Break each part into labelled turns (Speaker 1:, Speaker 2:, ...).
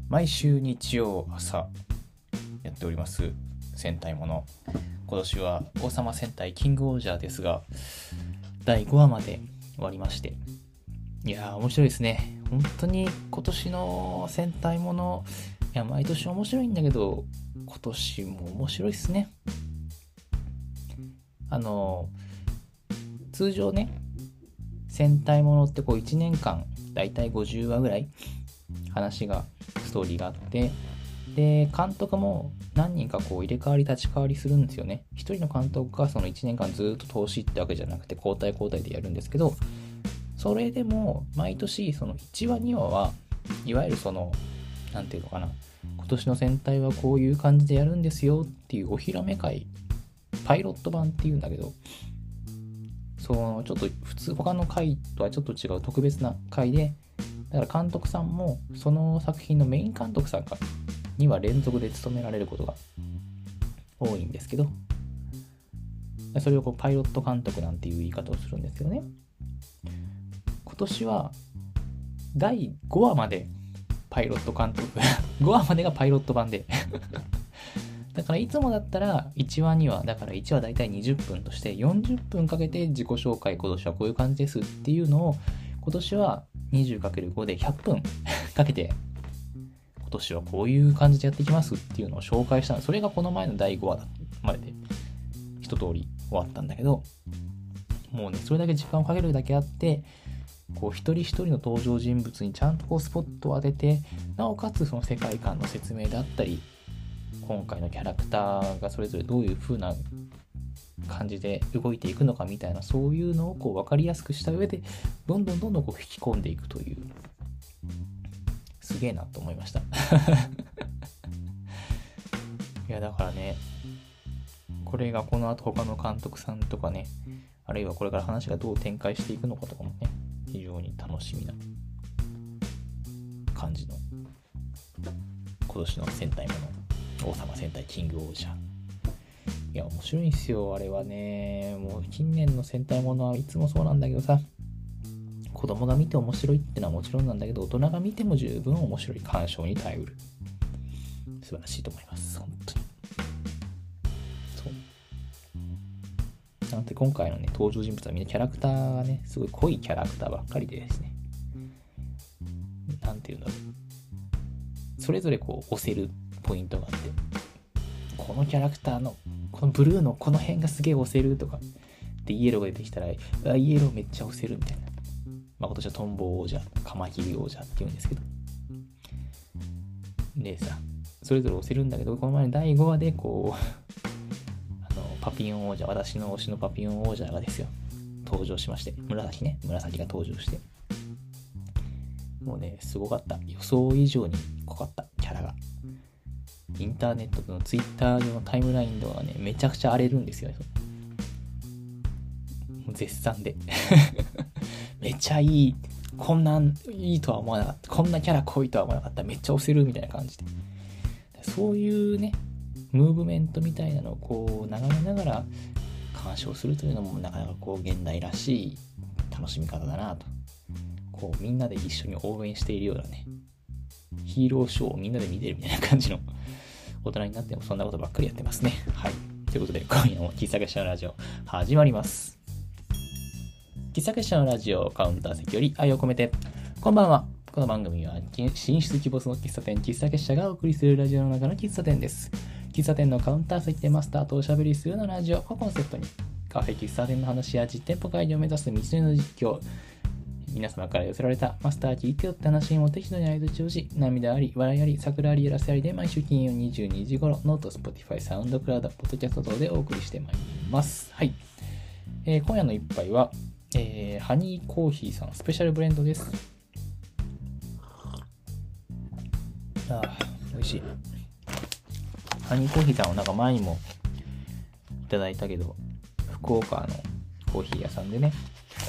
Speaker 1: 毎週日曜朝やっております戦隊もの。今年は王様戦隊キングオージャーですが、第5話まで終わりまして、いやー面白いですね。本当に今年の戦隊もの、いや毎年面白いんだけど、今年も面白いですね。通常ね、戦隊ものってこう1年間だいたい50話ぐらいストーリーがあって、で監督も何人かこう入れ替わり立ち替わりするんですよね。一人の監督がその1年間ずっと通しってわけじゃなくて交代交代でやるんですけど、それでも毎年その1話2話はいわゆるそのなんていうのかな、今年の戦隊はこういう感じでやるんですよっていうお披露目会、パイロット版っていうんだけど、そのちょっと普通他の回とはちょっと違う特別な回で、だから監督さんもその作品のメイン監督さんが2話連続で務められることが多いんですけど、それをこうパイロット監督なんていう言い方をするんですけどね。今年は第5話までパイロット監督5話までがパイロット版でだからいつもだったら1話2話だから1話だいたい20分として40分かけて自己紹介、今年はこういう感じですっていうのを今年は 20×5 で100分かけて今年はこういう感じでやっていきますっていうのを紹介したの。それがこの前の第5話までで一通り終わったんだけど、もうねそれだけ時間をかけるだけあって、こう一人一人の登場人物にちゃんとこうスポットを当てて、なおかつその世界観の説明だったり、今回のキャラクターがそれぞれどういう風な感じで動いていくのかみたいな、そういうのをこう分かりやすくした上でどんどんこう引き込んでいくという、すげえなと思いましたいやだからね、これがこの後他の監督さんとかね、あるいはこれから話がどう展開していくのかとかもね、非常に楽しみな感じの今年の戦隊もの、王様戦隊キングオージャー。いや面白いんですよあれはね。もう近年の戦隊ものはいつもそうなんだけどさ、子供が見て面白いってのはもちろんなんだけど、大人が見ても十分面白い、鑑賞に耐えうる、素晴らしいと思います本当に。そうなんて今回のね登場人物はみんなキャラクターがねすごい濃いキャラクターばっかりでですね、なんていうんだろう、それぞれこう押せるポイントがあって、このキャラクターのこのブルーのこの辺がすげえ押せるとかで、イエローが出てきたらイエローめっちゃ押せるみたいな、今年はトンボ王者、カマキリ王者っていうんですけど、でさそれぞれ押せるんだけど、この前の第5話でこうパピオン王者、私の推しのパピオン王者がですよ登場しまして、紫が登場して、もうねすごかった、予想以上に濃かったキャラが。インターネットのツイッターのタイムラインではねめちゃくちゃ荒れるんですよ、もう絶賛でめっちゃいい、こんなんいいとは思わなかった、こんなキャラ濃いとは思わなかった、めっちゃ押せるみたいな感じで、そういうねムーブメントみたいなのをこう眺めながら鑑賞するというのもなかなかこう現代らしい楽しみ方だなと。こうみんなで一緒に応援しているようなね、ヒーローショーをみんなで見てるみたいな感じの、大人になってもそんなことばっかりやってますね。はい、ということで今夜も喫茶結社のラジオ始まります。喫茶結社のラジオ、カウンター席より愛を込めて。こんばんは。この番組は進出希望の喫茶店喫茶結社がお送りするラジオの中の喫茶店です。喫茶店のカウンター席でマスターとおしゃべりするのラジオをコンセプトに、カフェ喫茶店の話や実店舗会議を目指す道のりの実況、皆様から寄せられたマスター聞いてよって話にも適度に相槌をし、涙あり笑いあり桜ありやらせありで毎週金曜22時頃ノート、Spotify、サウンドクラウド、ポッドキャスト等でお送りしてまいります。はい、今夜の一杯は、ハニーコーヒーさんスペシャルブレンドです。美味しい。ハニーコーヒーさんはなんか前にもいただいたけど、福岡のコーヒー屋さんでね、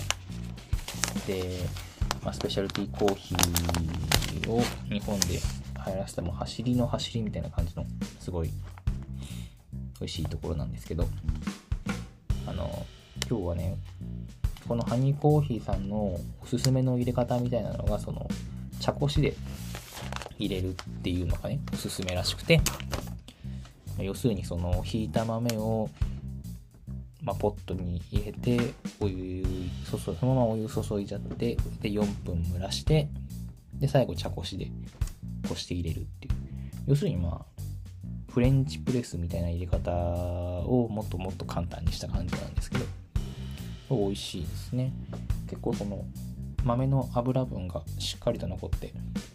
Speaker 1: で、スペシャルティーコーヒーを日本で流行らせたもう走りの走りみたいな感じのすごい美味しいところなんですけど、今日はねこのハニーコーヒーさんのおすすめの入れ方みたいなのがその茶こしで入れるっていうのがねおすすめらしくて、要するにそのひいた豆を、ポットに入れてそのままお湯注いじゃって、で4分蒸らして、で最後茶こしでこして入れるっていう、要するにフレンチプレスみたいな入れ方をもっともっと簡単にした感じなんですけど、美味しいですね。結構その豆の油分がしっかりと残って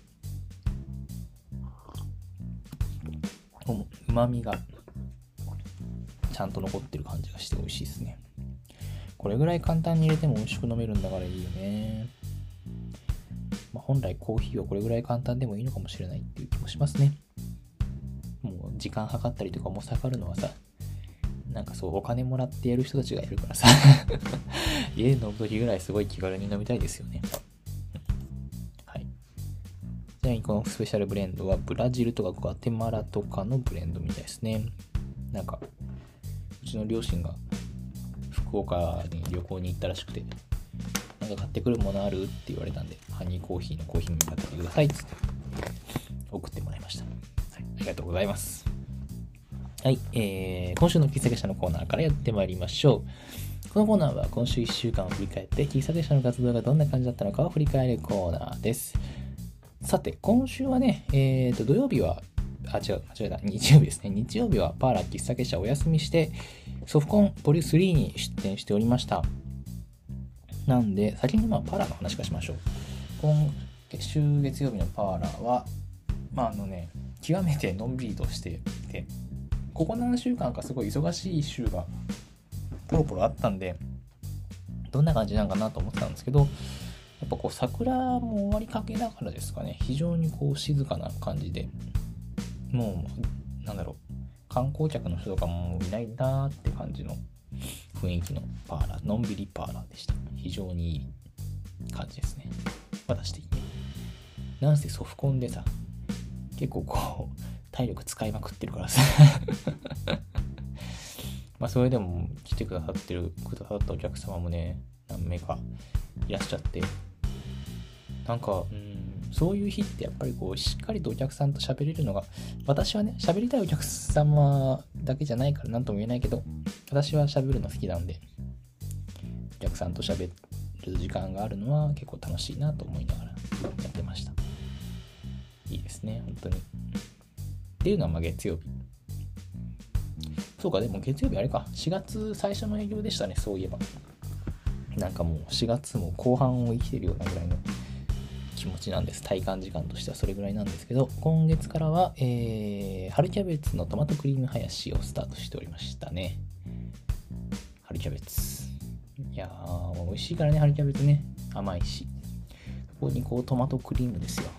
Speaker 1: 旨味がちゃんと残ってる感じがして美味しいですね。これぐらい簡単に入れても美味しく飲めるんだからいいよね。本来コーヒーはこれぐらい簡単でもいいのかもしれないっていう気もしますね。もう時間計ったりとかも測るのはさ、なんかそうお金もらってやる人たちがやるからさ家で飲む時ぐらいすごい気軽に飲みたいですよね。はい。ちなみにこのスペシャルブレンドはブラジルとかグアテマラとかのブレンドみたいですね。なんかうちの両親が福岡に旅行に行ったらしくて、なんか買ってくるものあるって言われたんで、ハニーコーヒーのコーヒー豆買ってきてくださいっつって送ってもらいました。はい、ありがとうございます。はい、今週の喫茶結社のコーナーからやってまいりましょう。このコーナーは今週1週間を振り返って喫茶結社の活動がどんな感じだったのかを振り返るコーナーです。さて今週はね、土曜日は間違えた、日曜日ですね。日曜日はパーラ喫茶結社お休みして、ソフコンボリュー3に出展しておりました。なんで先にパーラの話からしましょう。今週月曜日のパーラは極めてのんびりとしていて、ここ何週間かすごい忙しい週がポロポロあったんで、どんな感じなんかなと思ってたんですけど、やっぱ桜も終わりかけながらですかね、非常に静かな感じで、もう観光客の人とかもいないなーって感じの雰囲気のパーラー、のんびりパーラーでした。非常にいい感じですね、私的に。なんせソフコンでさ、結構体力使いまくってるからさそれでも来てくださったお客様もね、何名かいらっしゃって、そういう日ってやっぱりしっかりとお客さんと喋れるのが、私はね、喋りたいお客様だけじゃないから何とも言えないけど、私は喋るの好きなんで、お客さんと喋る時間があるのは結構楽しいなと思いながらやってました。いいですね、本当に。っていうのは月曜日。そうか、でも月曜日あれか、4月最初の営業でしたね、そういえば。もう4月も後半を生きてるようなぐらいの気持ちなんです。体感時間としてはそれぐらいなんですけど、今月からは、春キャベツのトマトクリームハヤシをスタートしておりましたね。春キャベツ。いやー、美味しいからね、春キャベツね。甘いし。ここにトマトクリームですよ。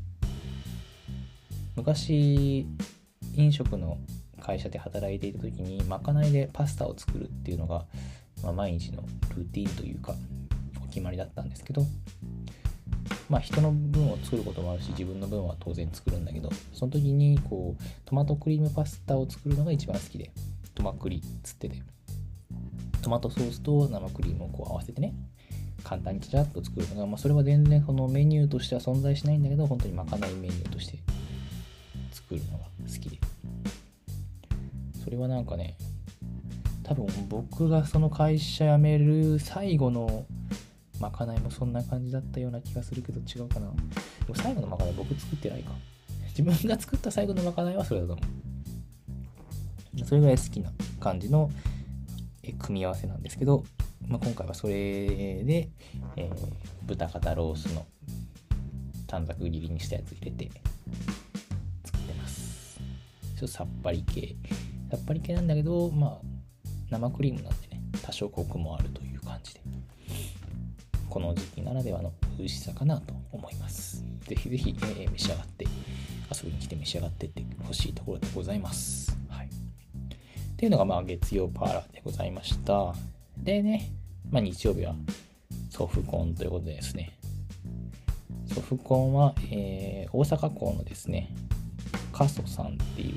Speaker 1: 昔、飲食の会社で働いていた時に、まかないでパスタを作るっていうのが、毎日のルーティーンというか、お決まりだったんですけど、人の分を作ることもあるし、自分の分は当然作るんだけど、その時にトマトクリームパスタを作るのが一番好きで、トマクリつってて、トマトソースと生クリームを合わせてね、簡単にちゃっと作るのが、それは全然そのメニューとしては存在しないんだけど、本当にまかないメニューとして作るのが好きで、それは多分僕がその会社辞める最後のまかないもそんな感じだったような気がするけど、違うかな。でも最後のまかない僕作ってないか。自分が作った最後のまかないはそれだと思う。それぐらい好きな感じの組み合わせなんですけど、今回はそれで、豚肩ロースの短冊切りにしたやつ入れて作ってます。ちょっとさっぱり系なんだけど、生クリームなんでね、多少コクもあるという感じで、この時期ならではの美味しさかなと思います。ぜひぜひ、召し上がって、遊びに来て召し上がってってほしいところでございます。はい。っていうのが月曜パーラーでございました。でね、日曜日はソフコンということでですね、ソフコンは、大阪港のですね、カソさんっていう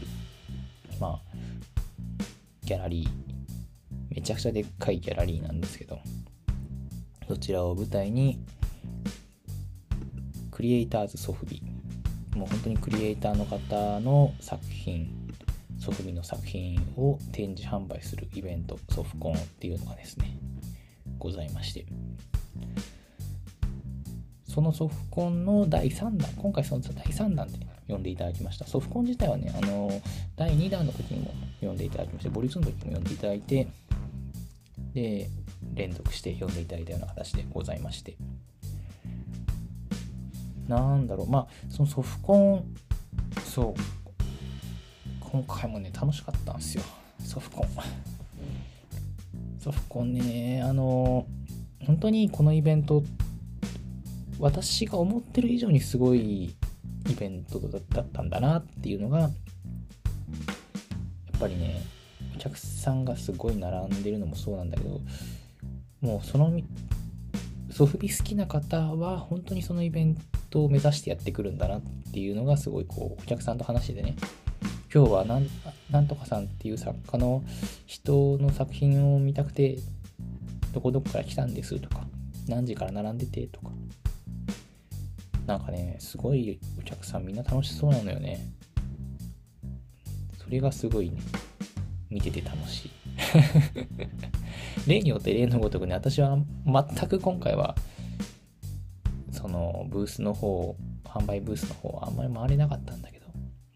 Speaker 1: ギャラリー、めちゃくちゃでっかいギャラリーなんですけど、そちらを舞台にクリエイターズソフビもう本当にクリエイターの方の作品、ソフビの作品を展示販売するイベント、ソフコンっていうのがですねございまして、そのソフコンの第3弾、今回その第3弾で読んでいただきました。ソフコン自体はね、第2弾の時にも読んでいただきまして、ボリュー2の時にも読んでいただいて、で連続して読んでいただいたような形でございまして、なんだろう、まあそのソフコン、そう今回もね楽しかったんですよ。ソフコンね、本当にこのイベント、私が思ってる以上にすごいイベントだったんだなっていうのが、やっぱりね、お客さんがすごい並んでるのもそうなんだけど、もうそのソフビ好きな方は本当にそのイベントを目指してやってくるんだなっていうのがすごいこうお客さんと話しててね、今日はなんとかさんっていう作家の人の作品を見たくてどこどこから来たんですとか、何時から並んでてとか、なんかねすごいお客さんみんな楽しそうなのよね。それがすごいね見てて楽しい例によって例のごとくね、私は全く今回はそのブースの方、販売ブースの方はあんまり回れなかったんだけど、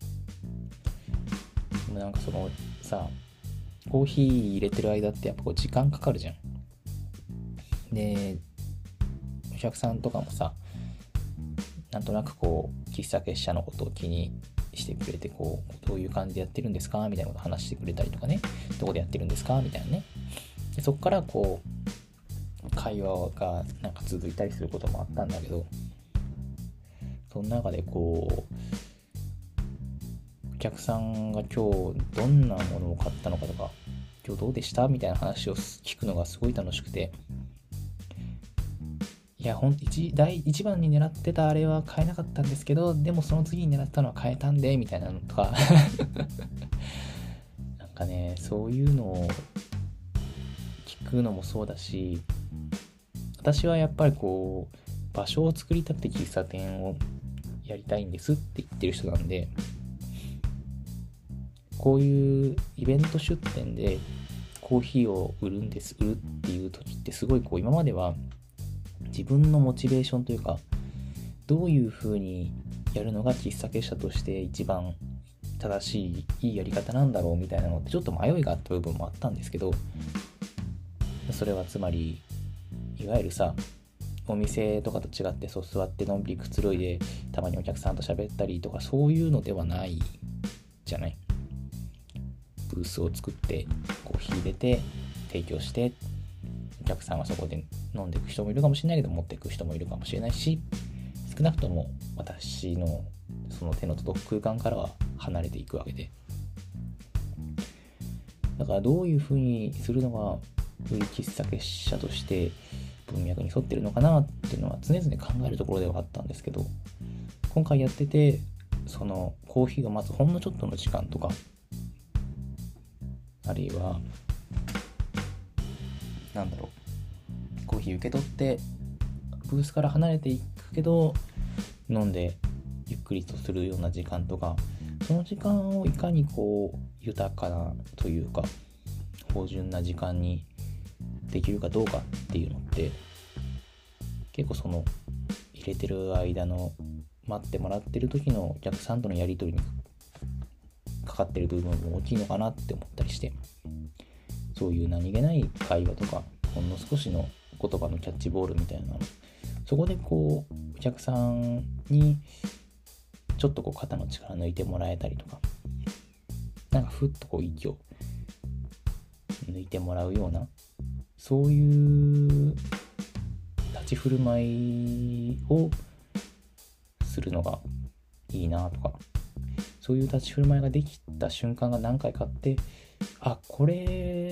Speaker 1: でもなんかそのさ、コーヒー入れてる間ってやっぱこう時間かかるじゃん。でお客さんとかもさ、なんとなくこう喫茶結社のことを気にしてくれて、こうどういう感じでやってるんですかみたいなこと話してくれたりとかね、どこでやってるんですかみたいなね。でそこからこう会話がなんか続いたりすることもあったんだけど、その中でこうお客さんが今日どんなものを買ったのかとか、今日どうでしたみたいな話を聞くのがすごい楽しくて、いや第一番に狙ってたあれは買えなかったんですけど、でもその次に狙ったのは買えたんでみたいなのとかなんかね、そういうのを聞くのもそうだし、私はやっぱりこう場所を作りたくて喫茶店をやりたいんですって言ってる人なんで、こういうイベント出店でコーヒーを売るっていう時ってすごいこう今までは自分のモチベーションというか、どういう風にやるのが喫茶結社として一番正しいいいやり方なんだろうみたいなのってちょっと迷いがあった部分もあったんですけど、それはつまりいわゆるさ、お店とかと違ってそう座ってのんびりくつろいでたまにお客さんと喋ったりとか、そういうのではないじゃない。ブースを作ってコーヒー入れて提供して、お客さんはそこで飲んでいく人もいるかもしれないけど持っていく人もいるかもしれないし、少なくとも私のその手の届く空間からは離れていくわけで、だからどういう風にするのが喫茶結社として文脈に沿ってるのかなっていうのは常々考えるところではあったんですけど、今回やっててそのコーヒーを待つほんのちょっとの時間とか、あるいはなんだろう、コーヒー受け取ってブースから離れていくけど飲んでゆっくりとするような時間とか、その時間をいかにこう豊かなというか芳醇な時間にできるかどうかっていうのって、結構その入れてる間の待ってもらってる時のお客さんとのやり取りにかかってる部分も大きいのかなって思ったりして、そういう何気ない会話とかほんの少しの言葉のキャッチボールみたいなの、そこでこうお客さんにちょっとこう肩の力抜いてもらえたりとか、なんかふっとこう息を抜いてもらうような、そういう立ち振る舞いをするのがいいなとか、そういう立ち振る舞いができた瞬間が何回かあって、あ、こう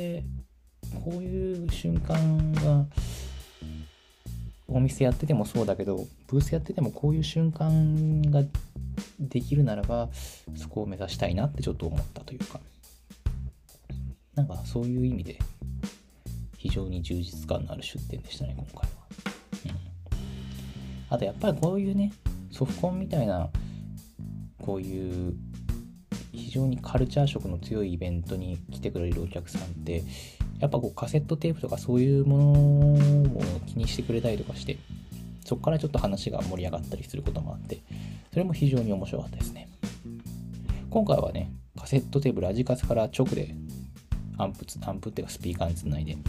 Speaker 1: いう瞬間がお店やっててもそうだけど、ブースやっててもこういう瞬間ができるならばそこを目指したいなってちょっと思ったというか、なんかそういう意味で非常に充実感のある出店でしたね今回は。あとやっぱりこういうね、ソフコンみたいなこういう非常にカルチャー色の強いイベントに来てくれるお客さんってやっぱこうカセットテープとかそういうものを気にしてくれたりとかして、そこからちょっと話が盛り上がったりすることもあって、それも非常に面白かったですね。今回はね、カセットテープラジカセから直でアンプっていうかスピーカーにつないで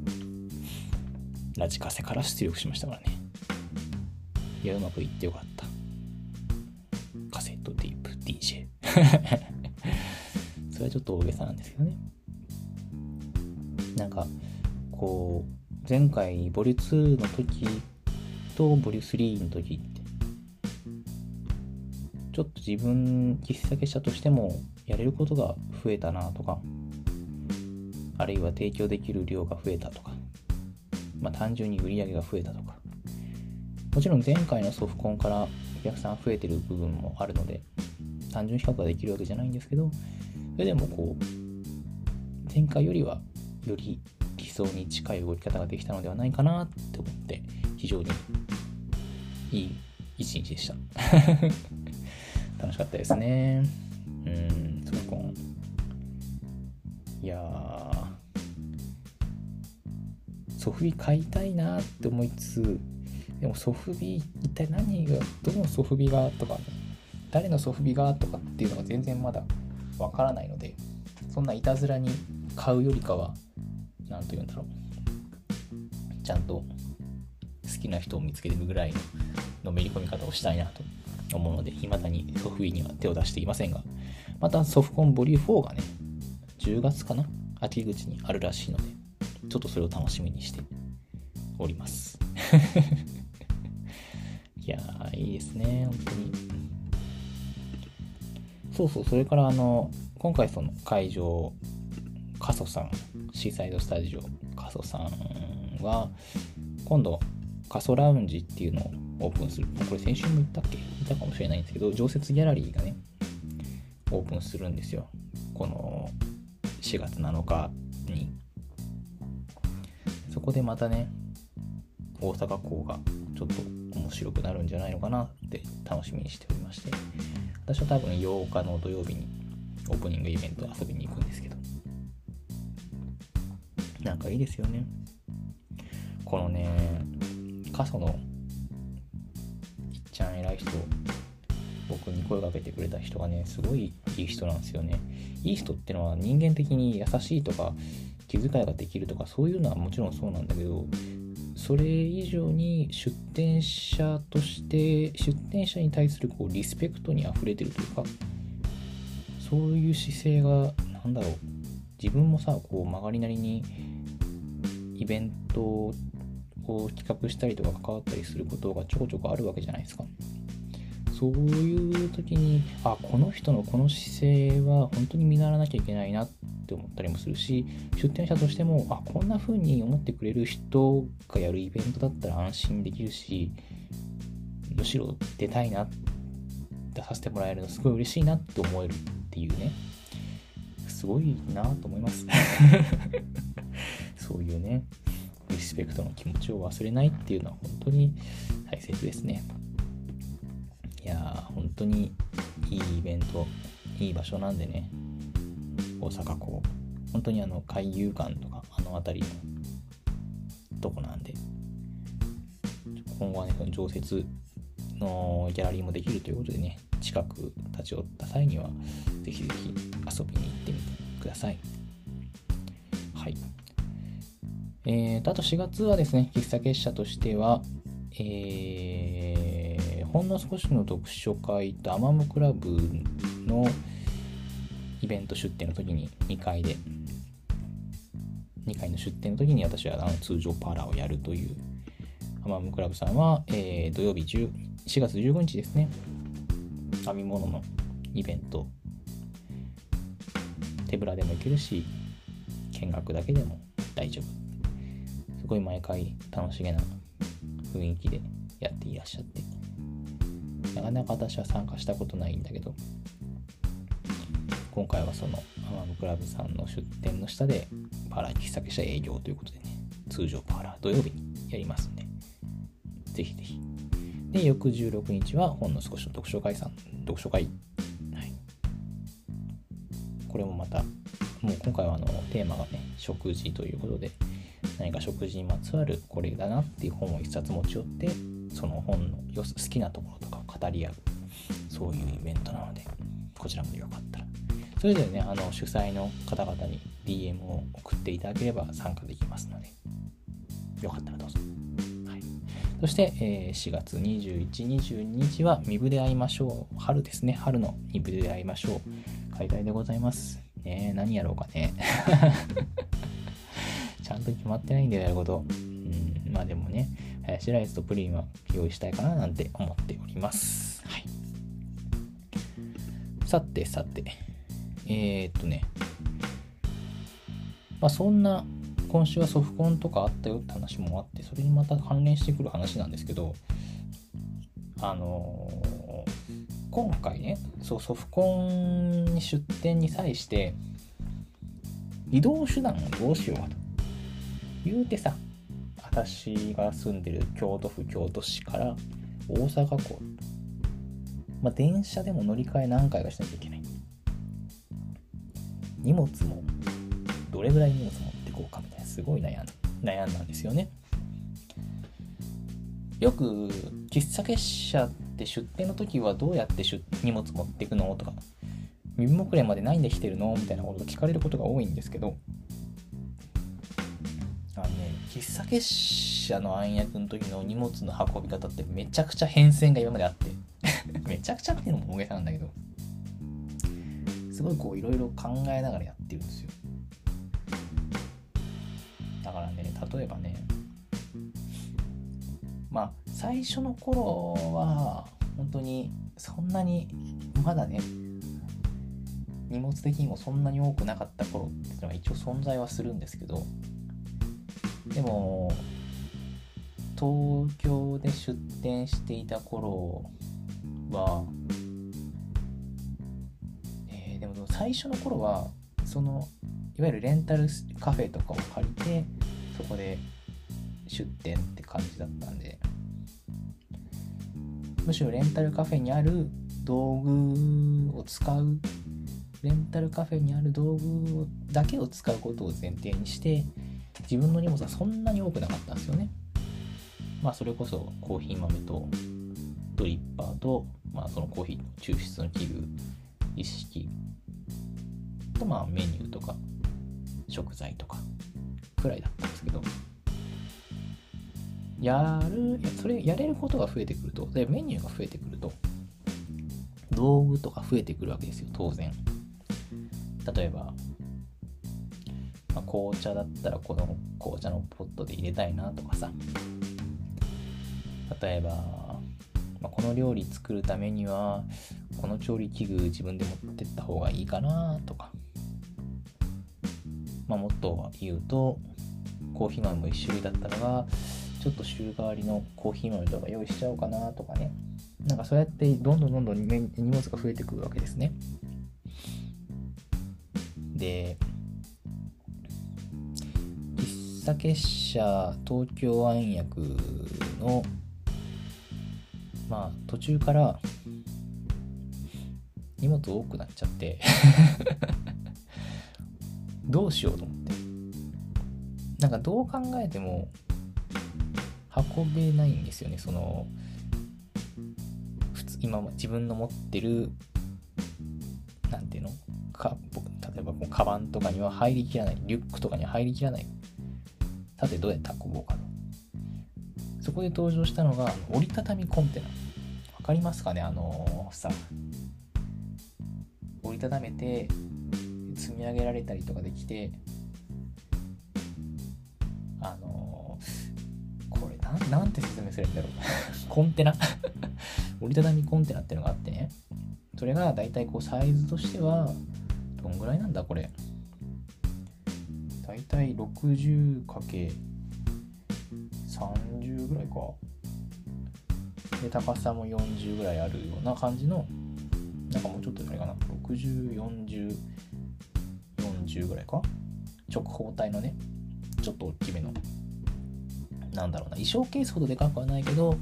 Speaker 1: ラジカセから出力しましたからね。いや、うまくいってよかった。カセットテープ DJ それはちょっと大げさなんですけどね。なんかこう前回ボリュ2の時とボリュ3の時ってちょっと自分喫茶結社としてもやれることが増えたなとか、あるいは提供できる量が増えたとか、単純に売り上げが増えたとか、もちろん前回のソフコンからお客さん増えてる部分もあるので単純比較ができるわけじゃないんですけど、それでもこう前回よりはより理想に近い動き方ができたのではないかなって思って、非常にいい一日でした楽しかったですね。ソフコン、いやソフビ買いたいなって思いつつ、でもソフビ一体何が、どのソフビがとか、ね、誰のソフビがとかっていうのが全然まだわからないので、そんないたずらに買うよりかはなんと言うんだろう、ちゃんと好きな人を見つけてるぐらいのめり込み方をしたいなと思うので、未だにソフビには手を出していませんが、またソフコンボリュー4がね10月かな、秋口にあるらしいので、ちょっとそれを楽しみにしておりますいやーいいですね、本当に。それから今回その会場、カソさん、シーサイドスタジオカソさんは今度カソラウンジっていうのをオープンする。これ先週も言ったかもしれないんですけど、常設ギャラリーがねオープンするんですよ、この4月7日に。そこでまたね大阪港がちょっと面白くなるんじゃないのかなって楽しみにしておりまして、私は多分8日の土曜日にオープニングイベント遊びに行くんですけど、なんかいいですよね。このねカソのいっちゃん偉い人、僕に声かけてくれた人がねすごいいい人なんですよね。いい人ってのは人間的に優しいとか気遣いができるとかそういうのはもちろんそうなんだけど、それ以上に出店者として出店者に対するこうリスペクトにあふれてるというか、そういう姿勢がなんだろう、自分もさこう曲がりなりにイベントを企画したりとか関わったりすることがちょこちょこあるわけじゃないですか。そういう時にこの人のこの姿勢は本当に見習わなきゃいけないなって思ったりもするし、出店者としてもこんな風に思ってくれる人がやるイベントだったら安心できるし、むしろ出たいな、出させてもらえるのすごい嬉しいなって思えるっていうね、すごいなと思いますそういうねリスペクトの気持ちを忘れないっていうのは本当に大切ですね。いやー本当にいいイベント、いい場所なんでね、大阪港本当に海遊館とか辺りのとこなんで、今後はね常設のギャラリーもできるということでね、近く立ち寄った際にはぜひぜひ遊びに行ってみてください。はい。あと4月はですね、喫茶結社としては、ほんの少しの読書会とアマムクラブのイベント出店の時に2回の出店の時に私は通常パーラーをやるという、アマムクラブさんは、土曜日4月15日ですね、編み物のイベント、手ぶらでも行けるし見学だけでも大丈夫、すごい毎回楽しげな雰囲気でやっていらっしゃって、なかなか私は参加したことないんだけど、今回はそのアマムクラブさんの出店の下でパーラー喫茶結社営業ということでね、通常パーラー土曜日にやりますんで、ぜひぜひ。で、翌16日はほんの少しの読書会これもまたもう今回はテーマがね食事ということで、何か食事にまつわるこれだなっていう本を一冊持ち寄って、その本の好きなところとかを語り合う、そういうイベントなので、こちらもよかったらそれぞれね主催の方々に DM を送っていただければ参加できますので、よかったらどうぞ。はい、そして、4月21、22日は身部で会いましょう。春ですね。春の身部で会いましょう。開催でございます。何やろうかね。ちゃんと決まってないんだよ、やること。まあでもね、ハヤシライスとプリンは用意したいかななんて思っております。はい。さて、まあそんな、今週はソフコンとかあったよって話もあって、それにまた関連してくる話なんですけど、今回ね、ソフコンに出店に際して移動手段をどうしようかと言うてさ、私が住んでる京都府京都市から大阪港、電車でも乗り換え何回かしなきゃいけない。荷物もどれぐらい荷物持ってこうかみたいな、すごい悩んだんですよね。よく喫茶結社って出店の時はどうやって荷物持っていくのとか、身分遅れまで何で来てるのみたいなことを聞かれることが多いんですけど、喫茶結社の暗躍の時の荷物の運び方ってめちゃくちゃ変遷が今まであってめちゃくちゃっていうのも大げさなんだけど、すごいこういろいろ考えながらやってるんですよ。だからね、例えばね、最初の頃は本当にそんなにまだね、荷物的にもそんなに多くなかった頃っていうのは一応存在はするんですけど、でも東京で出店していた頃は、でも最初の頃はそのいわゆるレンタルカフェとかを借りてそこで出店って感じだったんで、むしろレンタルカフェにある道具を使う、レンタルカフェにある道具だけを使うことを前提にして自分の荷物はそんなに多くなかったんですよね。それこそコーヒー豆とドリッパーと、そのコーヒーの抽出の器具一式とメニューとか食材とかくらいだったんですけど、それやれることが増えてくると、でメニューが増えてくると道具とか増えてくるわけですよ、当然。例えば、紅茶だったらこの紅茶のポットで入れたいなとかさ、例えば、この料理作るためにはこの調理器具自分で持ってった方がいいかなとか、もっと言うとコーヒー豆も1種類だったのがちょっと週替わりのコーヒー豆とか用意しちゃおうかなとかね、そうやってどんどん荷物が増えてくるわけですね。で、喫茶結社東京暗躍の途中から荷物多くなっちゃってどうしようと思って、どう考えても運べないんですよね。今自分の持ってる例えばカバンとかには入りきらない、リュックとかには入りきらない。さてどうやって運ぼうかと。そこで登場したのが折りたたみコンテナ。わかりますかね。折りたためて積み上げられたりとかできて、これなんて説明するんだろうコンテナ折りたたみコンテナっていうのがあってね、それがだいたいサイズとしてはどんぐらいなんだこれ、だいたい 60×30 ぐらいかで、高さも40ぐらいあるような感じの、もうちょっとあれかな、60、40、40ぐらいか、直方体のね、ちょっと大きめの、衣装ケースほどでかくはないけど、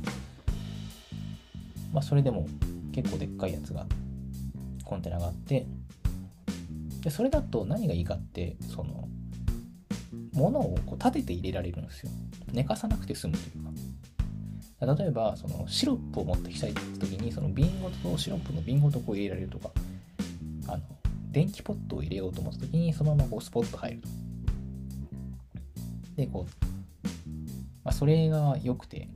Speaker 1: それでも結構でっかいやつがコンテナがあって、 でそれだと何がいいかって、その物をこう立てて入れられるんですよ。寝かさなくて済むというか。例えばそのシロップを持ってきたい時に、その瓶ごとシロップの瓶ごとこう入れられるとか、電気ポットを入れようと思った時にそのままこうスポッと入ると。でこう、それが良くて、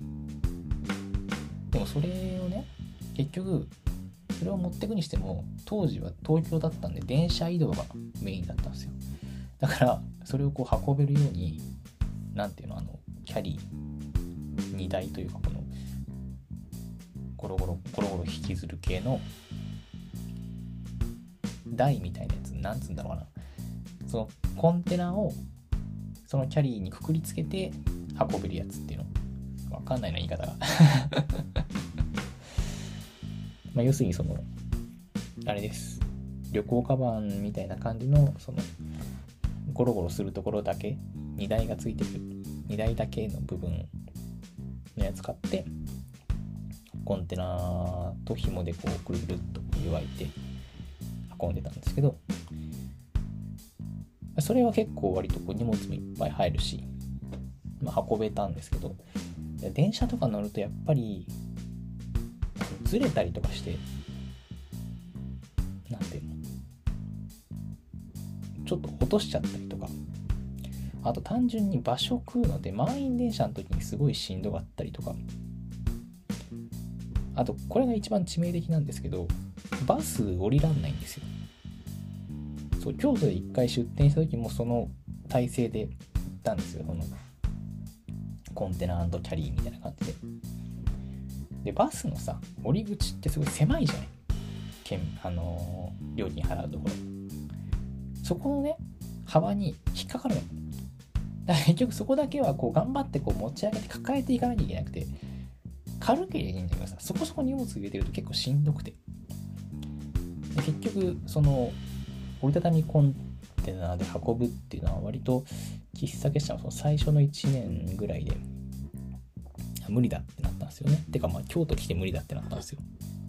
Speaker 1: でもそれをね、結局それを持ってくにしても当時は東京だったんで電車移動がメインだったんですよ。だからそれをこう運べるように、なんていうの、キャリー2台というか、このゴロゴロ引きずる系の台みたいなやつ、なんつうんだろうな、そのコンテナをそのキャリーにくくりつけて運べるやつっていうの、わかんないな言い方が要するにそのあれです、旅行カバンみたいな感じの、そのゴロゴロするところだけ2台がついてる2台だけの部分のやつ買って、コンテナと紐でこうくるくるっと湯いて運んでたんですけど、それは結構割とこう荷物もいっぱい入るし、運べたんですけど、電車とか乗るとやっぱりずれたりとかして、なんていうの、ちょっと落としちゃったりとか、あと単純に場所食うので満員電車の時にすごいしんどかったりとか、あとこれが一番致命的なんですけど、バス降りらんないんですよ。そう、京都で一回出店した時もその体勢で行ったんですよ。そのコンテナ&キャリーみたいな感じで。でバスのさ、降り口ってすごい狭いじゃない、料金払うところ、そこのね幅に引っかかるの。だから結局そこだけはこう頑張ってこう持ち上げて抱えていかなきゃいけなくて、軽ければいいんだけどさ、そこそこ荷物入れてると結構しんどくて、で結局その折りたたみコンテナで運ぶっていうのは割と喫茶結社のその最初の1年ぐらいで無理だってなったんですよね。てか京都来て無理だってなったんですよ。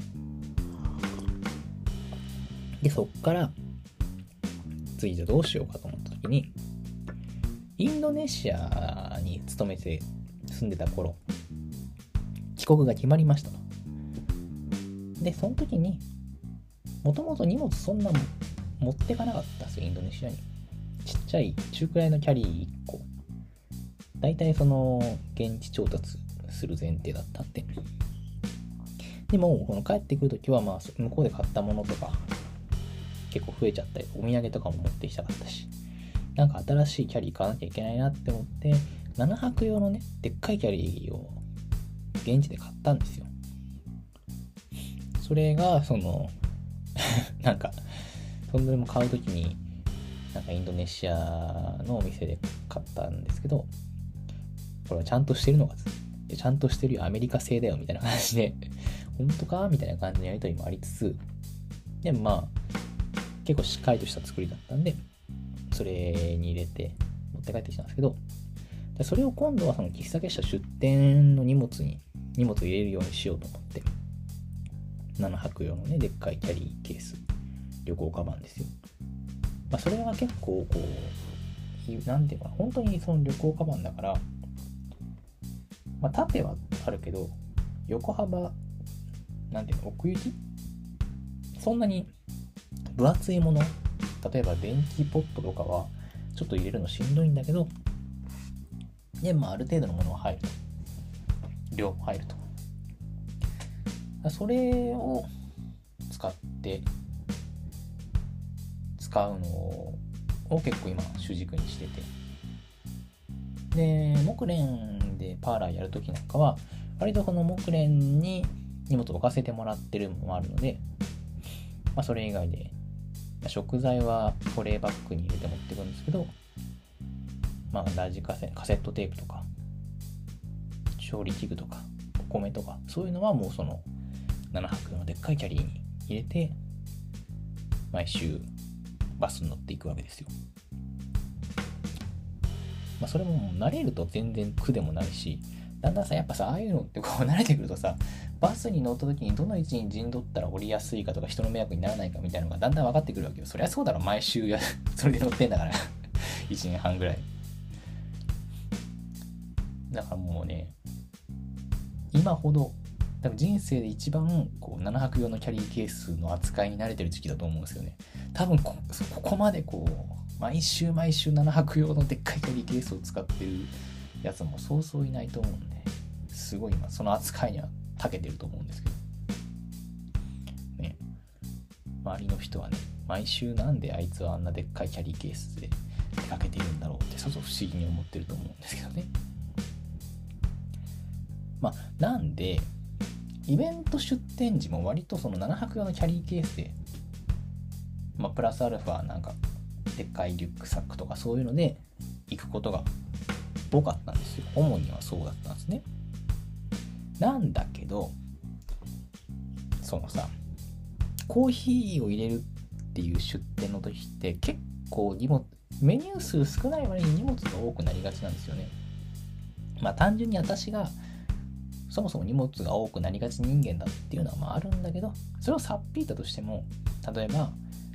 Speaker 1: でそっから次じゃどうしようかと思った時に、インドネシアに勤めて住んでた頃、帰国が決まりましたと。でその時にもともと荷物そんな持ってかなかったんですよ、インドネシアに。ちっちゃい中くらいのキャリー1個、だいたいその現地調達する前提だったんで。でもこの帰ってくるときは向こうで買ったものとか結構増えちゃったり、お土産とかも持ってきたかったし、なんか新しいキャリー買わなきゃいけないなって思って、7泊用のねでっかいキャリーを現地で買ったんですよ。それがそのなんかそれも買うときになんかインドネシアのお店で買ったんですけど、これはちゃんとしてるのか、ちゃんとしてるよ、アメリカ製だよみたいな感じで本当かみたいな感じのやりとりもありつつ、でも結構しっかりとした作りだったんで、それに入れて持って帰ってきたんですけど、それを今度はその喫茶結社出店の荷物入れるようにしようと思って、7泊用のねでっかいキャリーケース、旅行カバンですよ。それが結構こうなんていうか、本当にその旅行カバンだから、縦はあるけど横幅なんていうの、奥行きそんなに分厚いもの、例えば電気ポットとかはちょっと入れるのしんどいんだけど、である程度のものは入ると、量も入ると、それを使うのを結構今主軸にしてて、で木蓮でパーラーやるときなんかは割とこの木蓮に荷物を置かせてもらってるのもあるので、それ以外で食材は保冷バッグに入れて持ってくんですけど、ラジカセットテープとか調理器具とかお米とかそういうのはもうその7泊のでっかいキャリーに入れて毎週バスに乗っていくわけですよ。それも慣れると全然苦でもないし、だんだんさやっぱさ、ああいうのってこう慣れてくるとさ、 バスに乗った時にどの位置に陣取ったら降りやすいかとか人の迷惑にならないかみたいなのがだんだん分かってくるわけよ。そりゃそうだろ、毎週それで乗ってんだから1年半ぐらい。だからもうね、今ほど多分人生で一番こう7泊用のキャリーケースの扱いに慣れてる時期だと思うんですよね。多分ここまでこう毎週7泊用のでっかいキャリーケースを使ってるやつもそうそういないと思うんで、すごい今その扱いには長けてると思うんですけどね。周りの人はね、毎週なんであいつはあんなでっかいキャリーケースで出かけているんだろうってさぞ不思議に思ってると思うんですけどね。なんでイベント出店時も割とその7泊用のキャリーケースで、プラスアルファなんかでっかいリュックサックとかそういうので行くことが多かったんですよ。主にはそうだったんですね。なんだけどそのさ、コーヒーを入れるっていう出店の時って結構メニュー数少ない割に荷物が多くなりがちなんですよね。単純に私がそもそも荷物が多くなりがち人間だっていうのはあるんだけど、それをさっぴいたとしても、例えば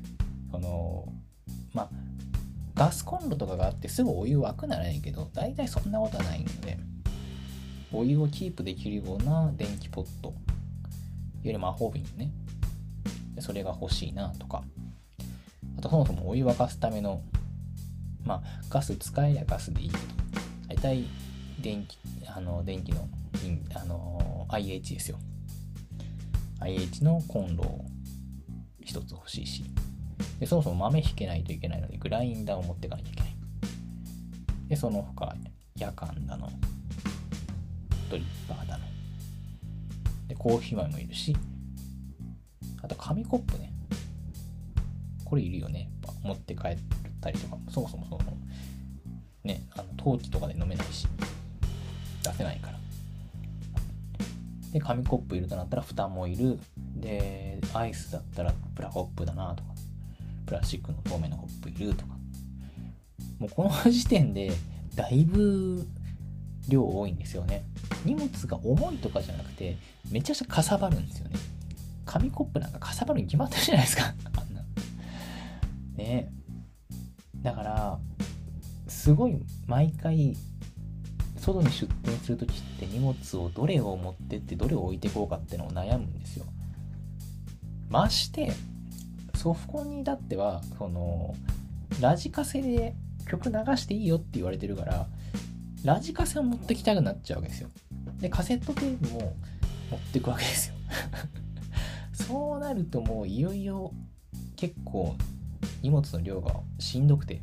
Speaker 1: ガスコンロとかがあってすぐお湯沸くならいいけど、大体そんなことはないので、お湯をキープできるような電気ポットより魔法瓶ね、それが欲しいなとか、あとそもそもお湯沸かすためのガス使えりゃガスでいいと、大体電気のIH ですよ。IH のコンロを一つ欲しいし、でそもそも豆引けないといけないのでグラインダーを持っていかなきゃいけない。でその他夜間だのドリッパーだのでコーヒー豆もいるし、あと紙コップね、これいるよね。やっぱ持って帰ったりとか、そもそもね、陶器とかで飲めないし出せないから。で紙コップいるとなったら蓋もいる。でアイスだったらプラコップだなとか、プラスチックの透明なコップいるとか、もうこの時点でだいぶ量多いんですよね。荷物が重いとかじゃなくてめちゃくちゃかさばるんですよね。紙コップなんかかさばるに決まってるじゃないですかあんなね。だからすごい毎回外に出店するときって荷物をどれを持ってってどれを置いていこうかってのを悩むんですよ。ましてソフコンに至ってはラジカセで曲流していいよって言われてるから、ラジカセを持ってきたくなっちゃうわけですよ。でカセットテープも持っていくわけですよそうなるともういよいよ結構荷物の量がしんどくて、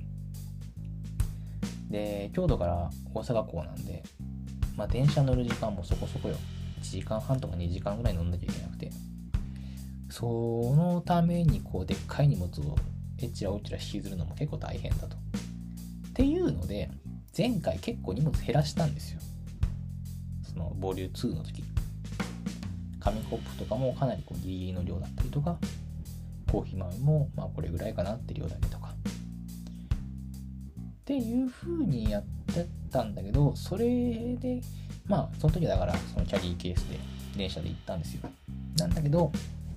Speaker 1: で京都から大阪港なんで、電車乗る時間もそこそこよ。1時間半とか2時間ぐらい乗んなきゃいけなくて、そのためにでっかい荷物をえちらおちら引きずるのも結構大変だと。っていうので前回結構荷物減らしたんですよ。そのボリュー2の時、紙コップとかもかなりギリギリの量だったりとか、コーヒー豆もこれぐらいかなって量だけとかっていう風にやってたんだけど、それでその時だからそのキャリーケースで電車で行ったんですよ。なんだけど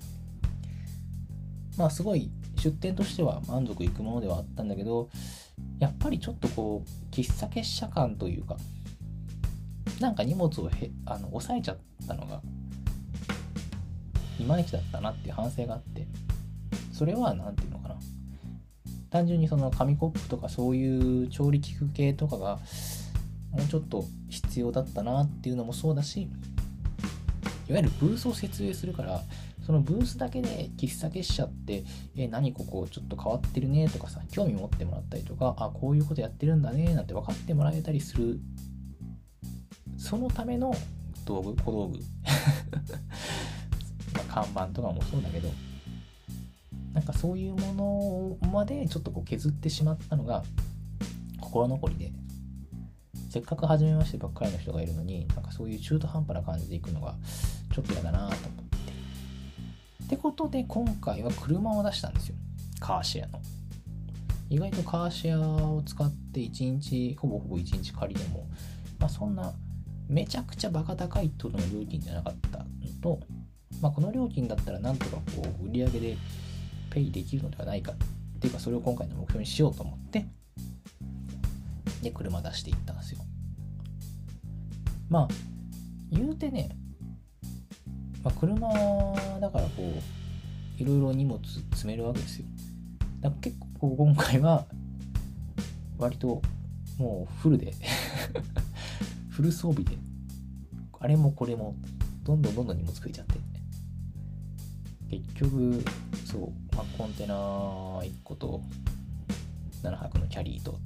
Speaker 1: すごい出店としては満足いくものではあったんだけど、やっぱりちょっと喫茶結社感というか、なんか荷物を抑えちゃったのがいまいちだったなっていう反省があって、それはなんていうのかな、単純にその紙コップとかそういう調理器具系とかがもうちょっと必要だったなっていうのもそうだし、いわゆるブースを設営するから、そのブースだけで喫茶結社って何ここちょっと変わってるねとかさ、興味持ってもらったりとか、こういうことやってるんだねなんて分かってもらえたりする、そのための小道具看板とかもそうだけど、なんかそういうものまでちょっと削ってしまったのが心残りで、せっかく初めましてばっかりの人がいるのに、なんかそういう中途半端な感じで行くのがちょっと嫌だなと思って、ってことで今回は車を出したんですよ。カーシェアの。意外とカーシェアを使ってほぼ1日借りでも、そんなめちゃくちゃバカ高いってことの料金じゃなかったと、この料金だったらなんとかこう売り上げでペイできるのではないかっていうか、それを今回の目標にしようと思って、で車出していったんですよ。言うてね、車だからこういろいろ荷物詰めるわけですよ。だから結構今回は割ともうフルでフル装備であれもこれもどんどん荷物増えちゃって、結局そう、コンテナ1個と7泊のキャリーと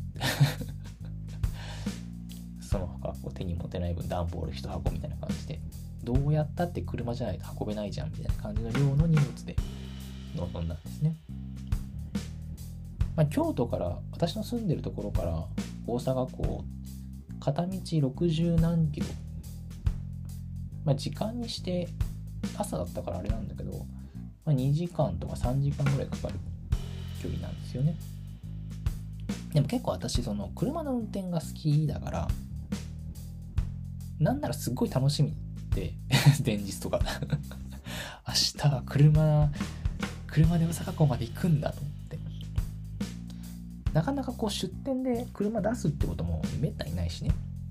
Speaker 1: その他こう手に持てない分段ボール1箱みたいな感じで、どうやったって車じゃないと運べないじゃんみたいな感じの量の荷物で臨んだんですね。京都から私の住んでるところから大阪港片道60何キロ、時間にして朝だったからあれなんだけど、2時間とか3時間ぐらいかかる距離なんですよね。でも結構私その車の運転が好きだから、なんならすっごい楽しみで前日とか明日は車で大阪港まで行くんだと思って、なかなかこう出店で車出すってこともめったにないしね。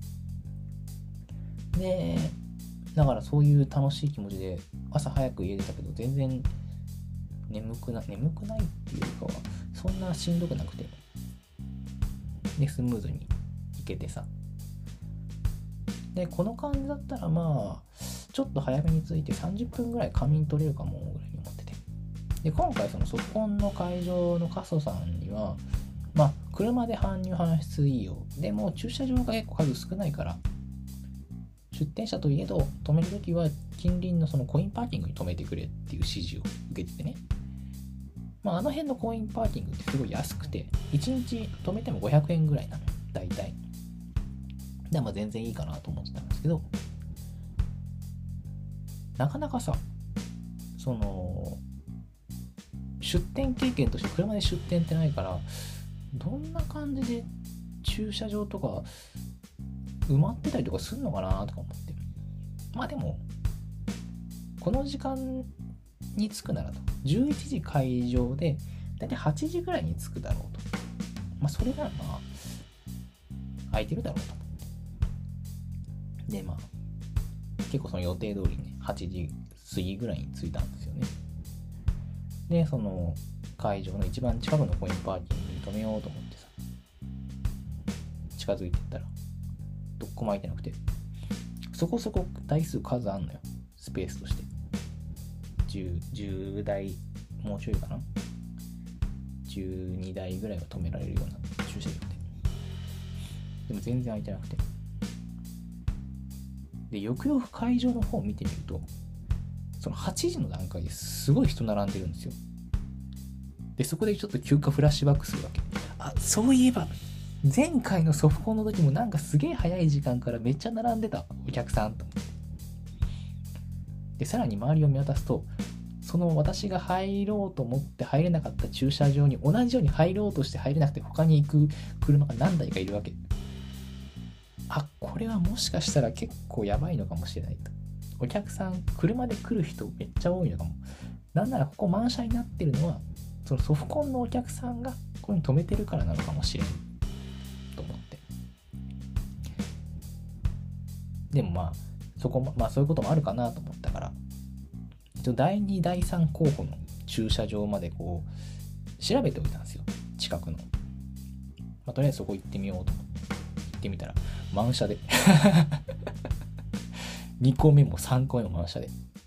Speaker 1: でだからそういう楽しい気持ちで朝早く家出たけど、全然眠くないっていうかはそんなしんどくなくて、でスムーズに行けてさ、でこの感じだったらちょっと早めに着いて30分ぐらい仮眠取れるかもぐらいに思ってて、で今回そのソフコンの会場の過疎さんには車で搬入搬出いいよ、でも駐車場が結構数少ないから出店者といえど止めるときは近隣のそのコインパーキングに止めてくれっていう指示を受けててね、あの辺のコインパーキングってすごい安くて1日止めても500円ぐらいなの大体で、全然いいかなと思ってたんですけど、なかなかさその出店経験として車で出店ってないから、どんな感じで駐車場とか埋まってたりとかするのかなとか思って、でもこの時間に着くならと11時開場でだいたい8時ぐらいに着くだろうと、それなら空いてるだろうと思って、で結構その予定通りね8時過ぎぐらいに着いたんですよね。でその会場の一番近くのコインパーキングに止めようと思ってさ、近づいてったらどっこも空いてなくて、そこそこ台数数あんのよ、スペースとして10台もうちょいかな、12台ぐらいは止められるような駐車場でも全然空いてなくて、でよくよく会場の方を見てみるとその8時の段階ですごい人並んでるんですよ。でそこでちょっと休暇フラッシュバックするわけ。そういえば前回のソフコンの時もなんかすげえ早い時間からめっちゃ並んでたお客さんと思って、でさらに周りを見渡すとその私が入ろうと思って入れなかった駐車場に同じように入ろうとして入れなくて他に行く車が何台かいるわけ。これはもしかしたら結構やばいのかもしれないと。お客さん車で来る人めっちゃ多いのかも。なんならここ満車になってるのはそのソフコンのお客さんがここに止めてるからなのかもしれないと思って、でもそこもそういうこともあるかなと思ったから、第2第3候補の駐車場までこう調べておいたんですよ、近くの。とりあえずそこ行ってみようと思って行ってみたら満車で2個目も3個目も満車で、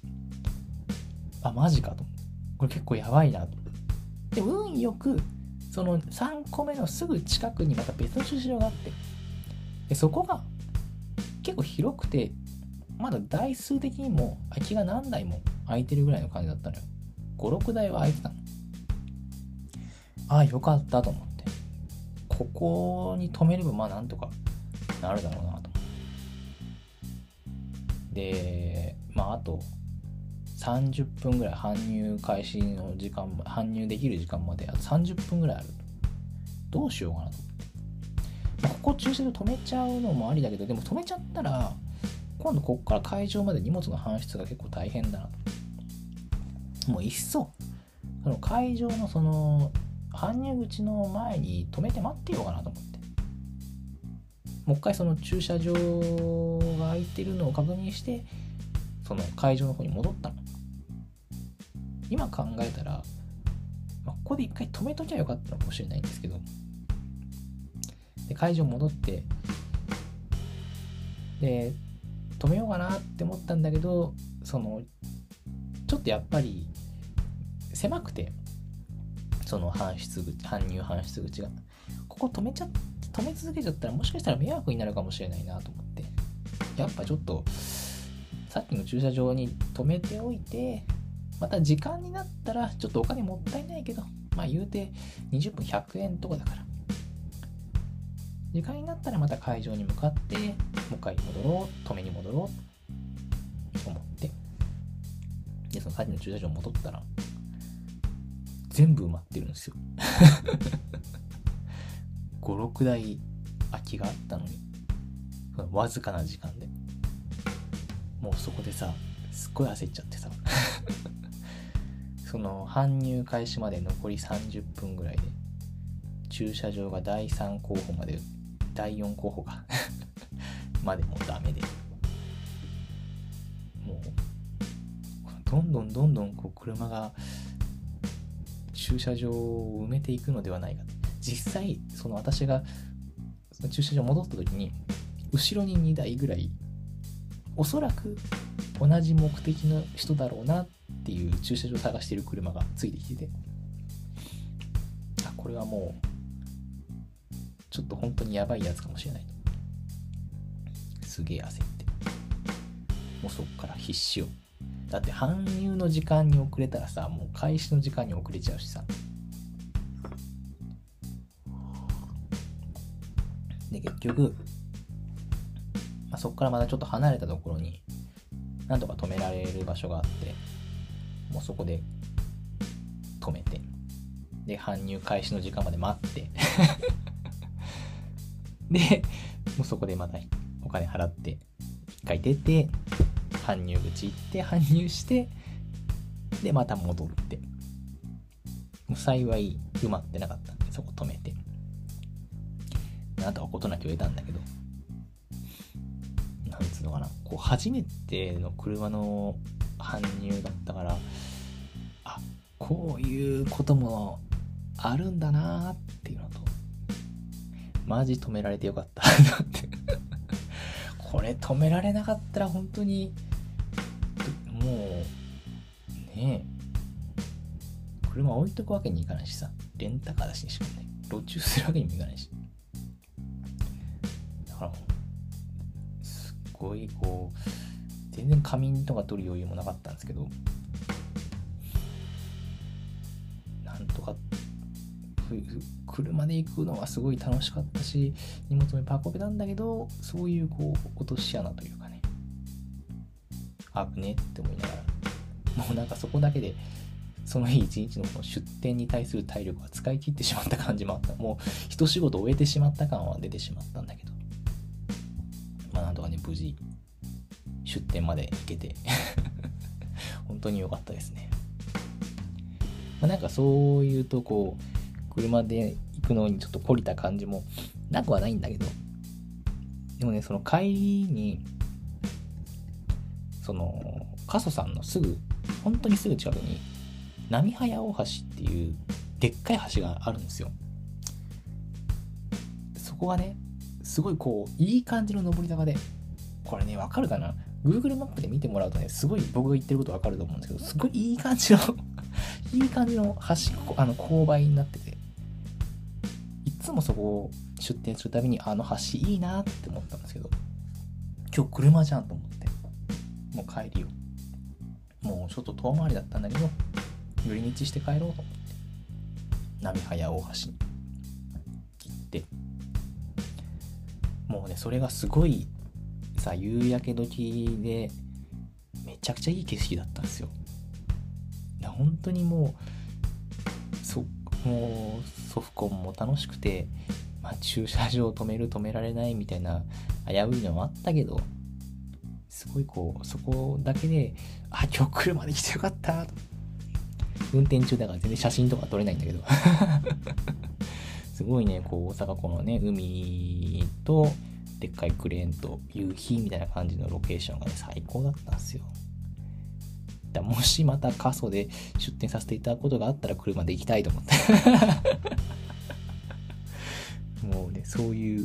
Speaker 1: マジかと思って、これ結構やばいなと思って、で運よくその3個目のすぐ近くにまた別の駐車場があって、でそこが結構広くてまだ台数的にも空きが何台も空いてるぐらいの感じだったのよ。5、6台は空いてたの。よかったと思って、ここに止めればなんとかなるだろうなと思って、であと30分ぐらい搬入開始の時間、搬入できる時間まであと30分ぐらいある。どうしようかなと思って、ここ駐車場止めちゃうのもありだけど、でも止めちゃったら今度こっから会場まで荷物の搬出が結構大変だなと。もういっそその会場のその搬入口の前に止めて待ってようかなと思って、もう一回その駐車場が空いてるのを確認してその会場の方に戻ったの。今考えたら、ここで一回止めときゃよかったのかもしれないんですけど、で会場戻ってで止めようかなって思ったんだけど、そのちょっとやっぱり狭くて、その搬入搬出口がここ止め続けちゃったらもしかしたら迷惑になるかもしれないなと思って、やっぱちょっとさっきの駐車場に止めておいて、また時間になったらちょっとお金もったいないけど、まあ言うて20分100円とかだから、時間になったらまた会場に向かってもう一回止めに戻ろうと思って、でそのさっきの駐車場戻ったら全部埋まってるんですよ5、6台空きがあったのに、わずかな時間でもうそこでさ、すっごい焦っちゃってさその搬入開始まで残り30分ぐらいで駐車場が第3候補まで第4候補かまでもうダメで、もうどんどんこう車が駐車場を埋めていくのではないか。実際その私がその駐車場戻った時に後ろに2台ぐらいおそらく同じ目的の人だろうなっていう駐車場を探している車がついてきてて、これはもうちょっと本当にやばいやつかもしれない、すげえ焦って、もうそっから必死よ。だって搬入の時間に遅れたらさ、もう開始の時間に遅れちゃうしさ。で結局、そこからまたちょっと離れたところになんとか止められる場所があって、もうそこで止めて、で搬入開始の時間まで待ってでもうそこでまたお金払って一回出て搬入口行って搬入して、でまた戻って、もう幸い埋まってなかったんでそこ止めて、なんとか事なきを得たんだけど、なんつうのかな、こう初めての車の搬入だったから、こういうこともあるんだなっていうのと、マジ止められてよかったってこれ止められなかったら本当にもうねえ、車置いとくわけにいかないしさ、レンタカーだし、しかもね路駐するわけにもいかないし、だからすっごいこう全然仮眠とか取る余裕もなかったんですけど、なんとか車で行くのはすごい楽しかったし、荷物もいっぱい運べたんだけど、そういうこう落とし穴というかね、危ねって思いながら、もうなんかそこだけでその日一日のこの出店に対する体力が使い切ってしまった感じもあった。もう一仕事終えてしまった感は出てしまったんだけど、なんとかね無事出店まで行けて本当に良かったですね。なんかそういうとこう車で行くのにちょっと懲りた感じもなくはないんだけど、でもねその帰りにその過疎さんの本当にすぐ近くに波早大橋っていうでっかい橋があるんですよ。そこがねすごいこういい感じの上り坂で、これねわかるかな、 Google マップで見てもらうとねすごい僕が言ってることわかると思うんですけど、すごいいい感じのいい感じの橋、勾配になってて、いつもそこを出店するたびに橋いいなって思ったんですけど、今日車じゃんと思って、もう帰りよ、もうちょっと遠回りだったんだけど寄り道して帰ろうと思って波早大橋に行って、もうねそれがすごいさ夕焼け時でめちゃくちゃいい景色だったんですよ。本当にもうソフコンも楽しくて、駐車場止められないみたいな危ういのもあったけど、 すごいそこだけで、今日車で来てよかったと。運転中だから全然写真とか撮れないんだけどすごいね、大阪このね、海とでっかいクレーンと夕日みたいな感じのロケーションがね、最高だったんですよ。もしまた過疎で出店させていただくことがあったら車で行きたいと思ってもうね、そういう、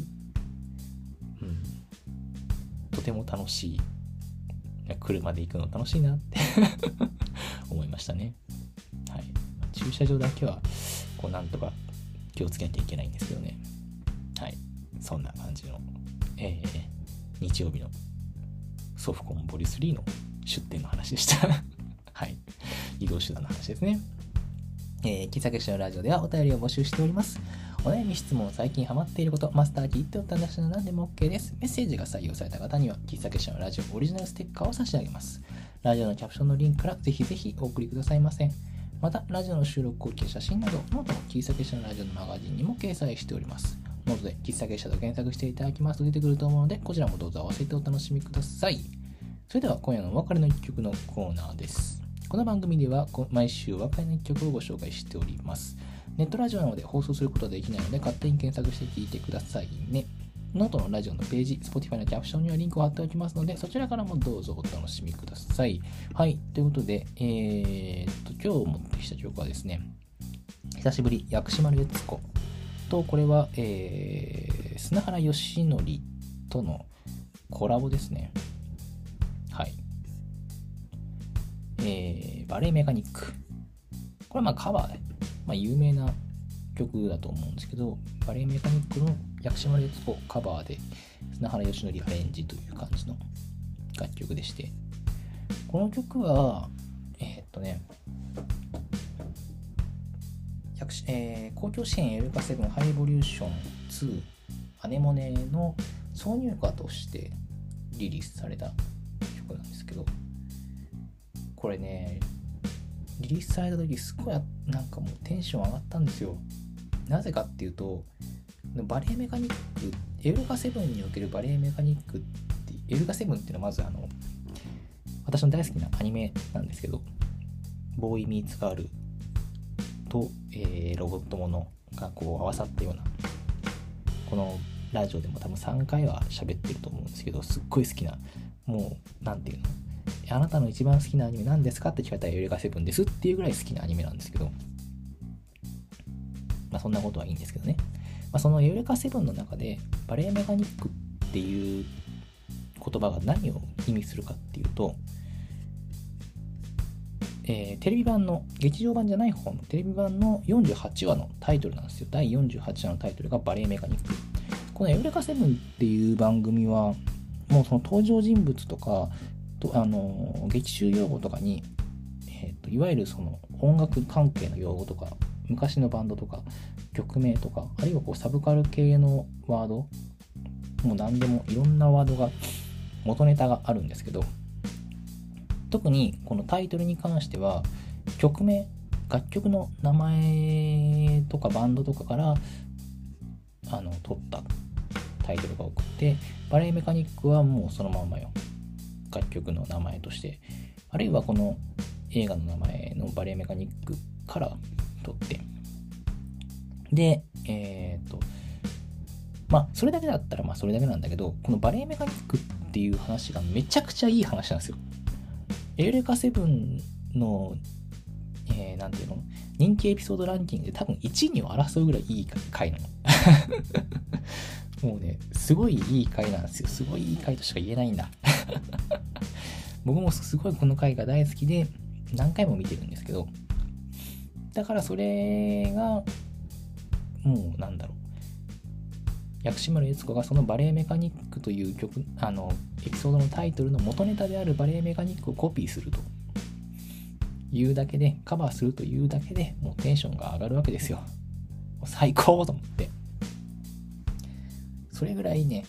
Speaker 1: とても楽しい、車で行くの楽しいなって思いましたね。はい。駐車場だけはなんとか気をつけなきゃいけないんですけどね。はい。そんな感じの、日曜日のソフコンボリュ3の出店の話でしたはい。移動手段の話ですね。喫茶結社のラジオではお便りを募集しております。お悩み、質問、最近ハマっていること、マスター聞いておった話なら何でも OK です。メッセージが採用された方には喫茶結社のラジオオリジナルステッカーを差し上げます。ラジオのキャプションのリンクからぜひぜひお送りくださいませ。また、ラジオの収録後期や写真など、ノートの喫茶結社のラジオのマガジンにも掲載しております。ノートで喫茶結社と検索していただきますと出てくると思うので、こちらもどうぞ合わせてお楽しみください。それでは今夜のお別れの一曲のコーナーです。この番組では毎週お別れの一曲をご紹介しております。ネットラジオなので放送することはできないので勝手に検索して聞いてくださいね。ノートのラジオのページ、Spotify のキャプションにはリンクを貼っておきますので、そちらからもどうぞお楽しみください。はい、ということで、今日持ってきた曲はですね、久しぶり、薬師丸悦子と、これは、砂原義則とのコラボですね。はい。バレエメカニック。これはカバーで、有名な曲だと思うんですけど、バレエメカニックの薬師丸悦子カバーで砂原義則アレンジという感じの楽曲でして、この曲は公共支援エルカセブンハイボリューション2アネモネの挿入歌としてリリースされた曲なんですけど、これね、リリースされた時すごいなんかもうテンション上がったんですよ。なぜかっていうと、バレエメカニック、エルカセブンにおけるバレエメカニックって、エルカセブンっていうのはまず私の大好きなアニメなんですけど、ボーイミーツガールと、ロボットものが合わさったような、このラジオでも多分3回は喋ってると思うんですけど、すっごい好きな、もうなんていうの、あなたの一番好きなアニメ何ですかって聞かれたらエルカセブンですっていうぐらい好きなアニメなんですけど、そんなことはいいんですけどね。そのエウレカセブンの中でバレエメカニックっていう言葉が何を意味するかっていうと、テレビ版の劇場版じゃない方のテレビ版の48話のタイトルなんですよ。第48話のタイトルがバレエメカニック。このエウレカセブンっていう番組はもうその登場人物とか劇中用語とかに、いわゆるその音楽関係の用語とか昔のバンドとか曲名とか、あるいはサブカル系のワード、もう何でもいろんなワードが元ネタがあるんですけど、特にこのタイトルに関しては曲名、楽曲の名前とかバンドとかから取ったタイトルが多くて、バレエメカニックはもうそのままよ、楽曲の名前として、あるいはこの映画の名前のバレエメカニックから取って、でそれだけだったらそれだけなんだけど、このバレエメカニックっていう話がめちゃくちゃいい話なんですよ。エウレカセブンの、なんていうの、人気エピソードランキングで多分1位にを争うぐらいいい回なのもうね、すごいいい回なんですよ。すごいいい回としか言えないんだ僕もすごいこの回が大好きで何回も見てるんですけど、だからそれがもうなんだろう、薬師丸悦子がそのバレエメカニックという曲、エピソードのタイトルの元ネタであるバレエメカニックをコピーするというだけで、カバーするというだけでもうテンションが上がるわけですよ。最高と思って、それぐらいね、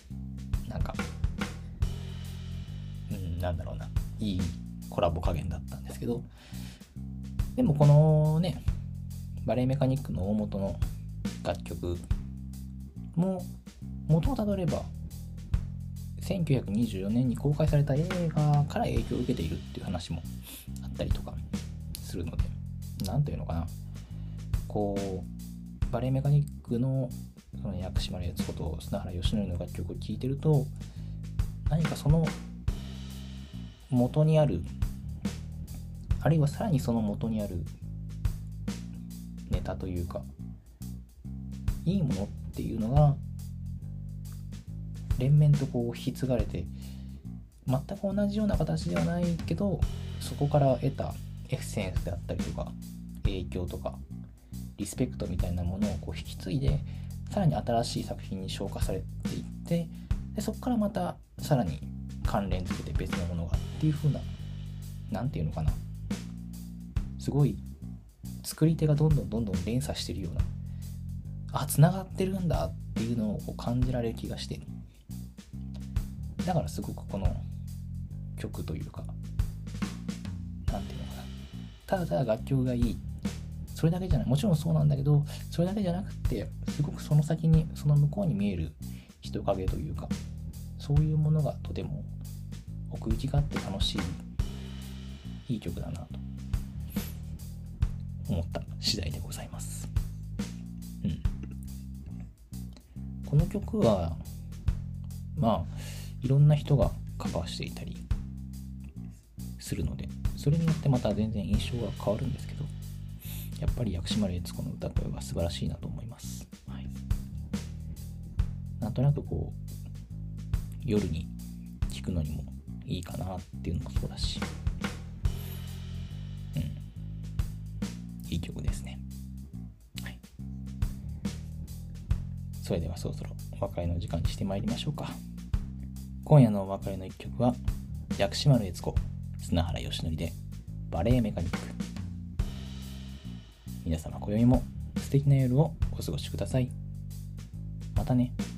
Speaker 1: なんだろうな、いいコラボ加減だったんですけど、でもこのね、バレエメカニックの大元の楽曲も元をたどれば 1924年に公開された映画から影響を受けているっていう話もあったりとかするので、なんというのかな、こうバレエメカニックのその薬師丸悦子と砂原義則の楽曲を聴いてると、何かその元にある、あるいはさらにその元にあるネタというか、いいものっていうのが連綿とこう引き継がれて、全く同じような形ではないけど、そこから得たエッセンスであったりとか影響とかリスペクトみたいなものをこう引き継いで、さらに新しい作品に昇華されていって、でそこからまたさらに関連付けて別のものがっていう風な、なんていうのかな、すごい作り手がどんどん連鎖してるような、あ、つながってるんだっていうのをこう感じられる気がして、だからすごくこの曲というか、なんていうのかな、ただただ楽曲がいい、それだけじゃない、もちろんそうなんだけど、それだけじゃなくて、すごくその先に、その向こうに見える人影というか、そういうものがとても奥行きがあって楽しい、いい曲だなと思った次第でございます。この曲はまあいろんな人がカバーしていたりするので、それによってまた全然印象が変わるんですけど、やっぱり薬師丸悦子の歌声は素晴らしいなと思います。はい、なんとなくこう夜に聴くのにもいいかなっていうのもそうだし、いい曲ですね。はい、それではそろそろお別れの時間にしてまいりましょうか。今夜のお別れの一曲は薬師丸悦子、砂原義則でバレエメカニック。皆様今宵も素敵な夜をお過ごしください。またね。